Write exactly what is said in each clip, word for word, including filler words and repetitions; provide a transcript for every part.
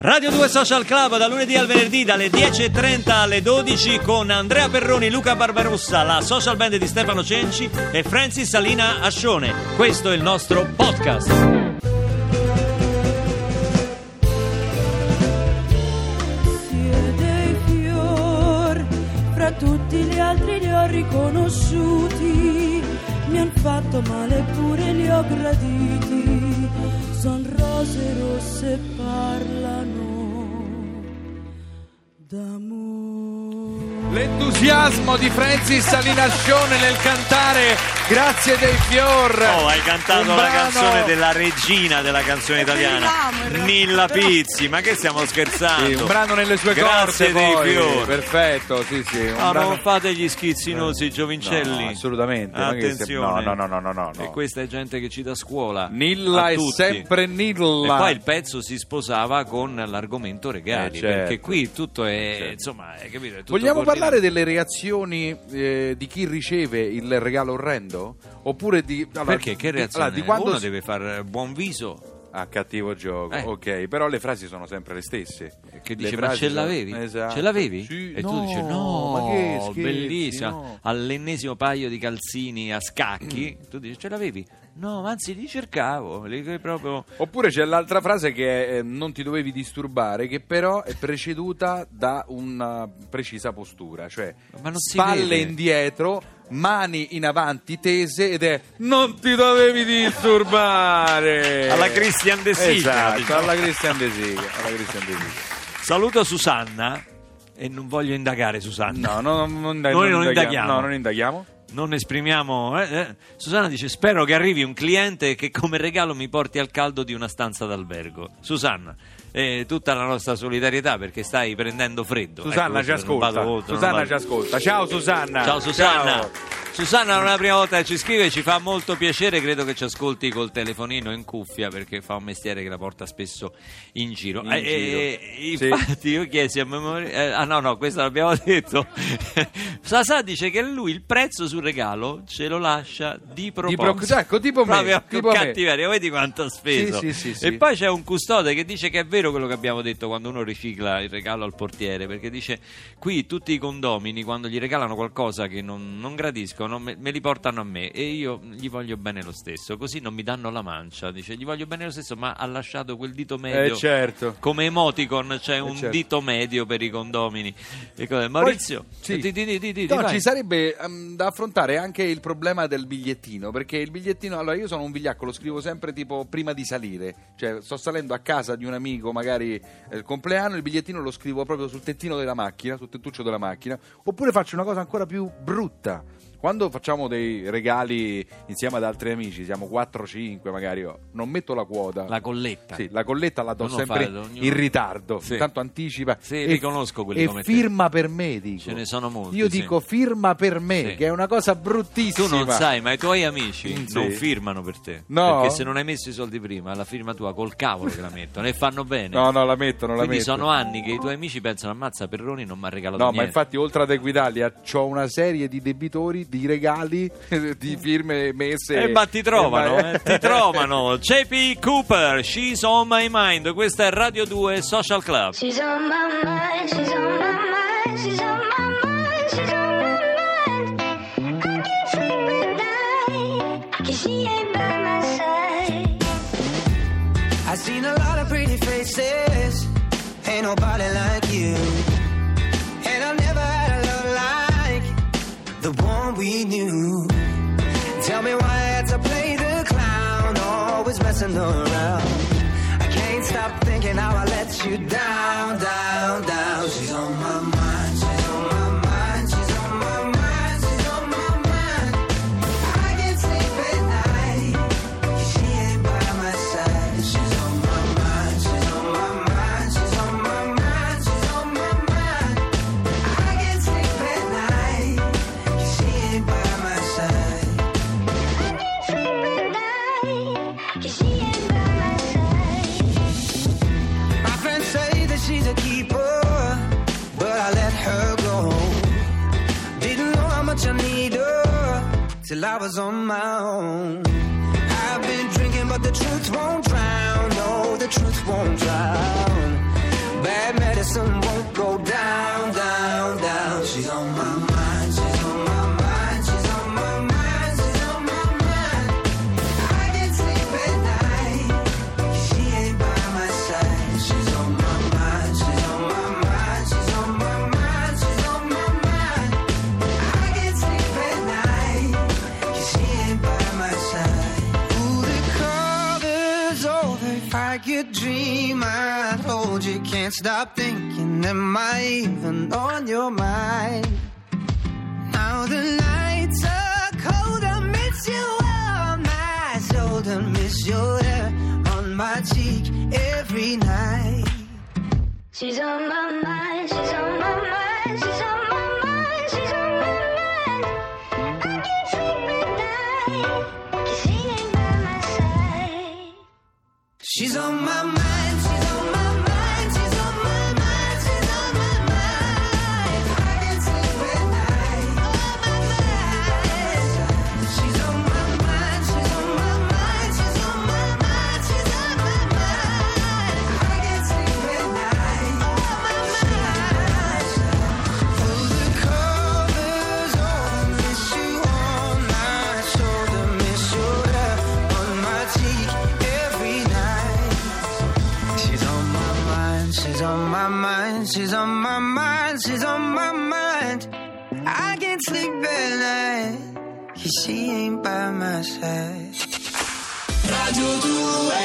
Radio due Social Club da lunedì al venerdì dalle dieci e trenta alle dodici con Andrea Perroni, Luca Barbarossa, la social band di Stefano Cenci e Francis Salina Ascione. Questo è il nostro podcast. Siete i fior, fra tutti gli altri li ho riconosciuti, mi han fatto male eppure li ho graditi. Son rose rosse, parlano d'amore. L'entusiasmo di Francis Salina Ascione nel cantare Grazie dei fior. Oh, hai cantato Un la brano... canzone della regina della canzone italiana, Nilla Pizzi, ma che stiamo scherzando? Sì, un brano nelle sue Grazie corse dei poi. fior. Perfetto, sì, sì. Un No, brano... non fate gli schizzinosi, giovincelli. No, assolutamente. Ma che Attenzione. se- No, no, no, no, no, no. E questa è gente che ci dà scuola. Nilla a è tutti. sempre Nilla. E poi il pezzo si sposava con l'argomento regali, Eh, certo. perché qui tutto è, Certo. insomma, hai capito? È tutto Vogliamo coordinato. parlare delle reazioni eh, di chi riceve il regalo orrendo? Oppure di... allora, Perché? Che di- reazione? allora, di quando Uno si- deve fare buon viso. Ah, cattivo gioco, Eh. ok, però le frasi sono sempre le stesse. Che Le dice, ma frasi ce sono- l'avevi? Esatto. Ce l'avevi? Sì, e tu no, dici no, ma che scherzi, bellissima. no. All'ennesimo paio di calzini a scacchi, tu dici ce l'avevi? No, anzi li cercavo, li proprio... Oppure c'è l'altra frase che è eh, non ti dovevi disturbare, che però è preceduta da una precisa postura, cioè Ma non si spalle vede. indietro, mani in avanti tese ed è non ti dovevi disturbare. Alla Christian De Sica, Esatto, diciamo. alla Christian De Sica, alla Christian De Sica. Saluto Susanna e non voglio indagare Susanna. No, no, non, non, Noi non indaghiamo. indaghiamo. No, non indaghiamo. Non esprimiamo eh, eh. Susanna dice spero che arrivi un cliente che come regalo mi porti al caldo di una stanza d'albergo. Susanna, eh, tutta la nostra solidarietà perché stai prendendo freddo. Susanna Ecco, ci non vado ascolta. oltre, non Susanna vado- ci ascolta. Ciao Susanna. Ciao Susanna. Ciao. Susanna non è la prima volta che ci scrive, ci fa molto piacere, credo che ci ascolti col telefonino in cuffia perché fa un mestiere che la porta spesso in giro. In Eh, giro. eh, Sì. infatti io chiesi a memoria, eh, ah no no, questo l'abbiamo detto. Sasà dice che lui il prezzo sul regalo ce lo lascia di proposito. pro- ecco, tipo me, Proprio tipo con me. cattiveria, vedi quanto ha speso. Sì, sì, sì, sì. E poi c'è un custode che dice che è vero quello che abbiamo detto quando uno ricicla il regalo al portiere, perché dice qui tutti i condomini quando gli regalano qualcosa che non, non gradiscono me, me li portano a me e io gli voglio bene lo stesso, così non mi danno la mancia. Dice gli voglio bene lo stesso, ma ha lasciato quel dito medio. Eh certo. Come emoticon c'è un certo. dito medio per i condomini. E cos'è? Maurizio, sì. di, di, di, di, di, No, vai. ci sarebbe um, da affrontare anche il problema del bigliettino, perché il bigliettino, allora io sono un vigliacco, lo scrivo sempre tipo prima di salire, cioè sto salendo a casa di un amico, magari è il compleanno, il bigliettino lo scrivo proprio sul tettino della macchina, sul tettuccio della macchina, oppure faccio una cosa ancora più brutta. Quando facciamo dei regali insieme ad altri amici, siamo quattro cinque magari, io non metto la quota. La colletta. Sì, la colletta la do Non lo sempre fate, ognuno- in ritardo, Sì. intanto anticipa. Sì, e, li conosco quelli e come te. firma per me, dico. Ce ne sono molti, Io sì. dico firma per me, Sì. che è una cosa Tu bruttissima. non sai, ma i tuoi amici Mm, sì. non firmano per te. No? Perché se non hai messo i soldi prima, la firma tua col cavolo che la mettono e fanno bene. No, no, la metto, non la Quindi metto. sono anni che i tuoi amici pensano ammazza Perroni non mi ha regalato No, ma niente. infatti oltre ad Equitalia c'ho una serie di debitori, di regali, di firme messe. Eh, ma ti trovano, Eh, ma- eh, ti trovano. J P Cooper, She's on my mind. Questa è Radio due Social Club. She's on my mind, she's on my mind, she's on my mind, she's on my mind. I can't sleep at night, 'cause she ain't by my side. I've seen a lot of pretty faces, ain't nobody like you. And I've never had a love like the one we knew. Tell me why I had to play the clown, always messing around. I can't stop thinking how I let you down, down, down. She's on my mind, she's on my mind, she's on my mind, she's on my mind. I can't sleep at night, 'cause she ain't by my side. She's on my mind, she's on my mind, she's on my mind, she's on my mind. I can't sleep at night, 'cause she ain't by my side. My friends say that she's a keeper, but I let her go. Didn't know how much I need her till I was on my own. I've been drinking, but the truth won't drown. No, the truth won't drown. told you can't stop thinking, am I even on your mind? Now the nights are cold, I miss you on my shoulder, miss your hair on my cheek every night. She's on my mind, she's on my mind, she's on my mind, she's on my mind. I can't sleep at night, 'cause she ain't by my side. She's on my mind, she's on my mind, she's on my mind, she's on my mind. I can't sleep at night, on my mind. She's on my mind, she's on my mind, she's on my mind, she's on my mind. I can't sleep at night, on my mind. Pull the covers over, miss you on my shoulder, miss your hair on my cheek every night. She's on my mind, she's on my mind, she's on my mind, she's on my mind. I can't sleep at night, 'cause she ain't by my side. Radio due,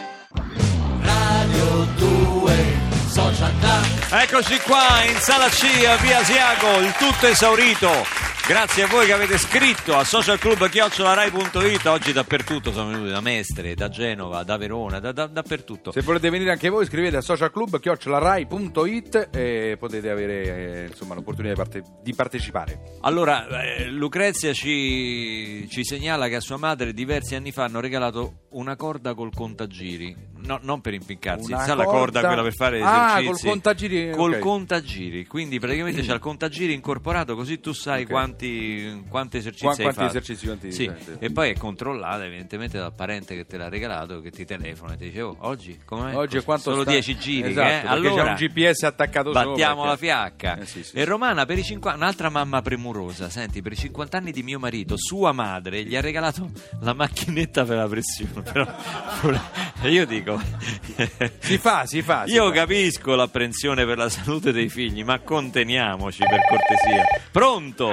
Radio due, Social Club. Eccoci qua in Sala C a Via Asiago, il tutto esaurito. Grazie a voi che avete scritto a socialclub chiocciola rai punto it. Oggi dappertutto sono venuti, da Mestre, da Genova, da Verona, da, da, dappertutto. Se volete venire anche voi, scrivete a socialclub chiocciola rai punto it e potete avere eh, insomma l'opportunità di, parte- di partecipare. Allora, eh, Lucrezia ci, ci segnala che a sua madre diversi anni fa hanno regalato una corda col contagiri. No, non per impiccarsi, Una sa la corda corda- quella per fare Ah, esercizi. col contagiri, Col ok. contagiri, quindi praticamente c'è il contagiri incorporato, così tu sai Ok. quanti, quanti esercizi Qua- hai quanti fatto. esercizi, quanti- Sì, sì, sì. e poi è controllata evidentemente dal parente che te l'ha regalato, che ti telefona e ti dice: oh, oggi com'è? Oggi è quanto Solo sta- dieci giri, Esatto, eh? perché Allora c'è un G P S attaccato sopra, battiamo perché- la fiacca. Eh, sì, sì, E sì. Romana per i cinquanta, un'altra mamma premurosa, senti, per i cinquanta anni di mio marito, sua madre gli ha regalato la macchinetta per la pressione. Però e io dico Si fa, si fa. si io fa. capisco l'apprensione per la salute dei figli, ma conteniamoci per cortesia. Pronto?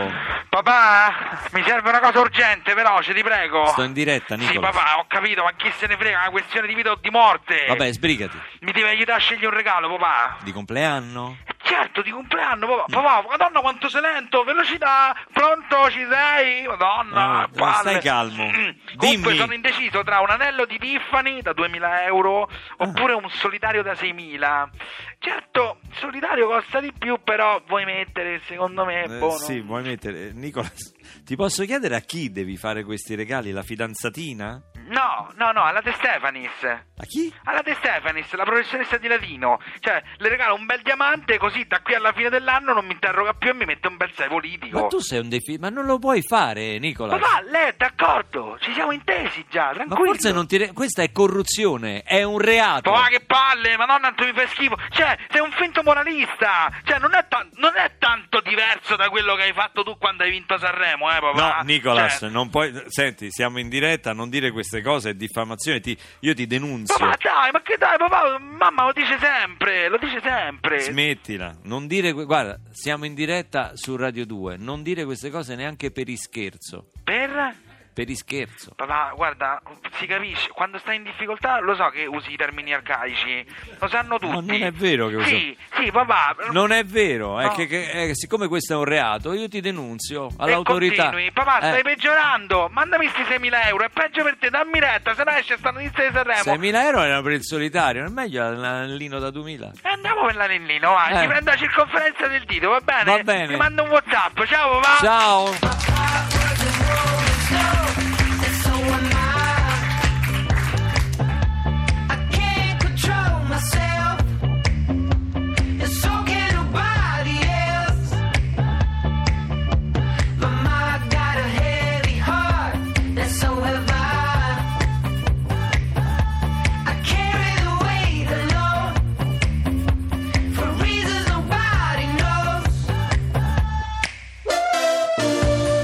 Papà, mi serve una cosa urgente, veloce, ti prego. Sto in diretta, Sì, Nicola. papà, ho capito, ma chi se ne frega, è una questione di vita o di morte. Vabbè, sbrigati. Mi devi aiutare a scegliere un regalo, papà. Di compleanno? Certo, di compleanno, papà. Papà, madonna quanto sei lento, velocità. Pronto, ci sei? Madonna, Ah, palle. stai calmo. Mm. Comunque Dimmi. sono indeciso tra un anello di Tiffany da duemila euro oppure un solitario da seimila. Certo, il solitario costa di più, però vuoi mettere, secondo me, Eh, buono. sì, vuoi mettere. Nicola, ti posso chiedere a chi devi fare questi regali? La fidanzatina? No, no, no, alla De Stefanis. A chi? Alla De Stefanis, la professionista di latino. Cioè, le regalo un bel diamante, così da qui alla fine dell'anno non mi interroga più e mi mette un bel sei politico. Ma tu sei un defi... Ma non lo puoi fare, Nicola. Papà, lei è d'accordo, ci siamo intesi già, Ma tranquillo. forse non ti... re- Questa è corruzione, è un reato. Papà, che palle, madonna, tu mi fai schifo. Cioè, sei un finto moralista. Cioè, non è, ta- non è tanto diverso da quello che hai fatto tu quando hai vinto Sanremo, eh, papà. No, Nicolas, Cioè, non puoi... Senti, siamo in diretta, non dire queste cose, è diffamazione, ti... io ti denunzio. Papà, dai, ma che dai, papà, mamma lo dice sempre, lo dice sempre. Smettila, non dire... que- Guarda, siamo in diretta su Radio due, non dire queste cose neanche per ischerzo. Per... Per ischerzo. Papà, guarda, si capisce, quando stai in difficoltà lo so che usi i termini arcaici, lo sanno tutti. Ma non è vero che uso- Sì, sì, papà. Non è vero, è No. che, che- eh, siccome questo è un reato, io ti denunzio E all'autorità. continui. Papà, stai Eh, peggiorando, mandami sti seimila euro, è peggio per te, dammi retta, se no esce sta notizia di Sanremo. seimila euro erano per il solitario, non è meglio l'anellino da duemila? E andiamo per l'anellino, vai, Eh. ti prendo la circonferenza del dito, va bene? Va bene. Ti mando un WhatsApp, ciao papà. Ciao! I can't control myself, and so can nobody else. My mind got a heavy heart, and so have I. I carry the weight alone, for reasons nobody knows.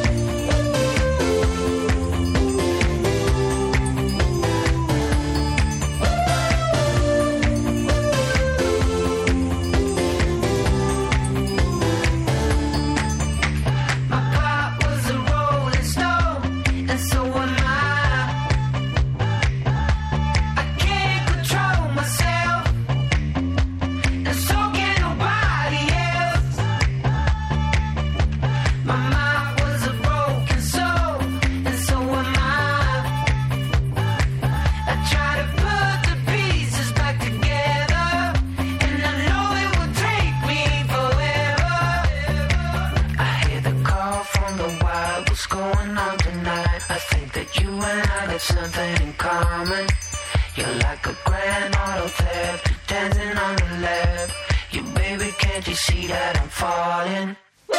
something in common. You're like a grand auto theft, dancing on the left. You baby, can't you see that I'm falling?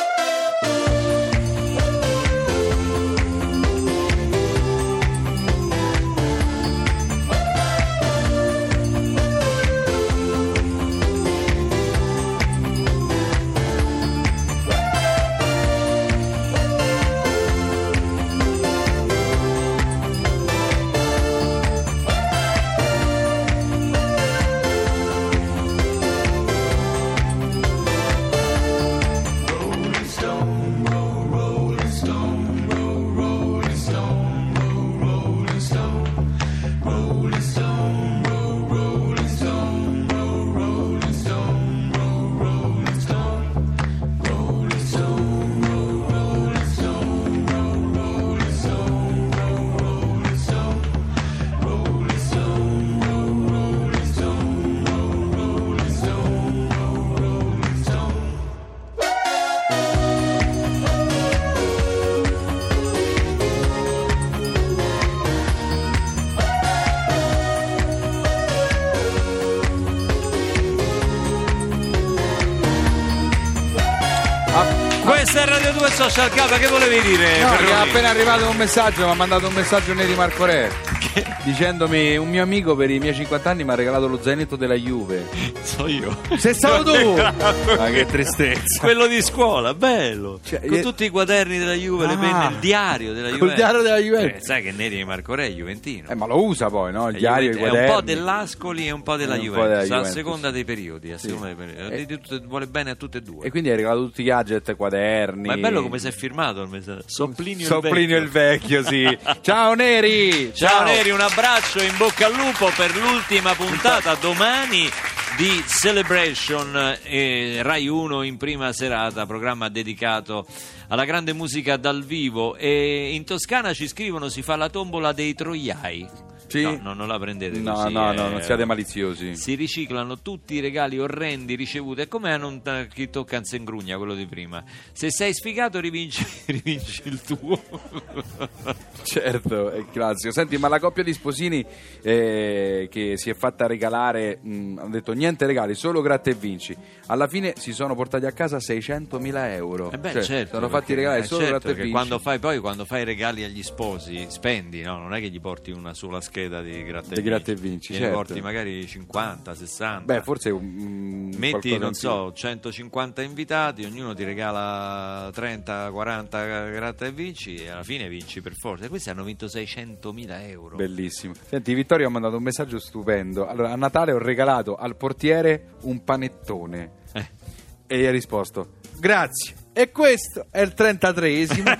Questa è Radio due Social Club, che volevi dire? No, che è Ferroni? appena arrivato un messaggio, mi ha mandato un messaggio Neri Marco Re dicendomi: un mio amico per i miei cinquanta anni mi ha regalato lo zainetto della Juve. So io. Sei stato tu? Ma che tristezza. Quello di scuola, bello. Cioè, con io- tutti i quaderni della Juve, le Ah. penne, il diario della Col Juve. diario della Juve. Eh, sai che Neri Marco Re è juventino. Eh, ma lo usa poi, no? Il È diario, i Juventus- quaderni. È un po' dell'Ascoli e un po' della E un po' Juventus, della a Juventus. seconda dei periodi, a Sì. seconda dei periodi. E- Di tutte- vuole bene a tutte e due. E quindi hai regalato tutti i gadget, quaderni. Ma è bello come si è firmato il messaggio. Sopplinio, Sopplinio il il vecchio, sì. Ciao Neri! Ciao Neri, un abbraccio, in bocca al lupo per l'ultima puntata domani di Celebration, eh, Rai uno in prima serata, programma dedicato alla grande musica dal vivo. E in Toscana ci scrivono: si fa la tombola dei troiai. Sì? No, no, non la prendete No, così. no, eh. no, non siate maliziosi. Si riciclano tutti i regali orrendi ricevuti. È come a non t- chi tocca in sengrugna, quello di prima. Se sei sfigato rivinci, rivinci il tuo. Certo, è classico. Senti, ma la coppia di sposini eh, che si è fatta regalare, mh, hanno detto niente regali, solo gratta e vinci. Alla fine si sono portati a casa seicentomila euro. Eh beh, Cioè, certo, sono fatti perché- regalare eh, solo certo, gratta e perché vinci. quando fai poi quando fai regali agli sposi spendi, no? Non è che gli porti una sola scheda di gratta e Di vinci. gratta e vinci, Gliene certo. porti magari cinquanta, sessanta. Beh, forse mm, metti, qualcosa non in so, centocinquanta invitati, ognuno ti regala trenta quaranta gratta e vinci e alla fine vinci per forza. E questi hanno vinto seicentomila euro. più. Bellissimo. Senti, Vittorio ha mandato un messaggio stupendo. Allora, a Natale ho regalato al portiere un panettone. Eh. E gli ha risposto: grazie. E questo è il trentatreesimo.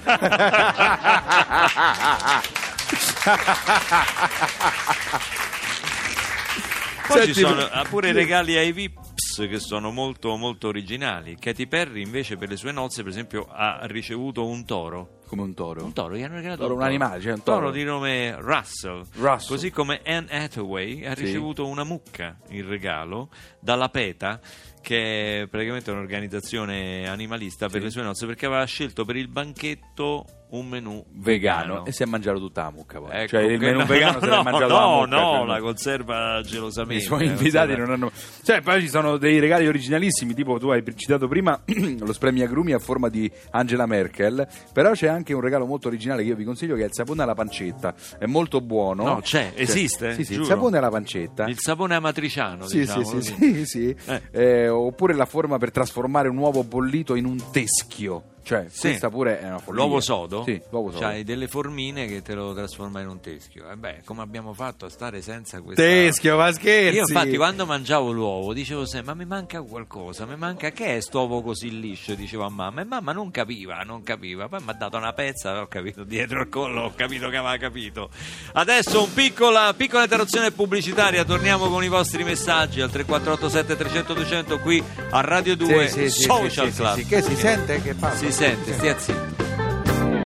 Poi Senti, ci sono ah, pure i regali ai V I Ps che sono molto molto originali. Katy Perry invece per le sue nozze, per esempio, ha ricevuto un toro. Come un toro. Un toro, gli hanno regalato Toro, un, un toro. animale, cioè un toro. di nome Russell. Russell. Così come Anne Hathaway ha Sì. ricevuto una mucca in regalo dalla PETA, che è praticamente un'organizzazione animalista per Sì. le sue nozze, perché aveva scelto per il banchetto un menù Vegano. vegano. E si è mangiato tutta la mucca poi. Ecco, Cioè il che- menù vegano se l'è no, mangiato no, la mucca. no, cioè, la conserva gelosamente. i suoi la invitati conserva- non hanno. Cioè, poi ci sono dei regali originalissimi, tipo tu hai citato prima lo spremiagrumi a forma di Angela Merkel. Però c'è anche un regalo molto originale che io vi consiglio, che è il sapone alla pancetta. È molto buono. No, c'è, Cioè, esiste? Sì, sì, il Giuro. sapone alla pancetta. Il sapone amatriciano, Sì, diciamo sì, così. sì, sì, sì. Eh. Eh, oppure la forma per trasformare un uovo bollito in un teschio. Cioè, Sì. questa pure è una follia. L'uovo sodo? Sì, l'uovo sodo. C'hai delle formine che te lo trasforma in un teschio. E beh, come abbiamo fatto a stare senza questo? Teschio, ma scherzi. Io infatti quando mangiavo l'uovo dicevo sempre: ma mi manca qualcosa, mi manca, che è st'uovo così liscio? Dicevo a mamma, e mamma non capiva, non capiva. Poi mi ha dato una pezza, ho capito, dietro il collo ho capito che aveva capito. Adesso un piccola, piccola interruzione pubblicitaria, torniamo con i vostri messaggi al tre quattro otto sette trecento duecento qui a Radio due Sì, sì, sì, Social sì, sì, Club. sì, sì. Che si sente? Che fa? Si sente, stia zitto.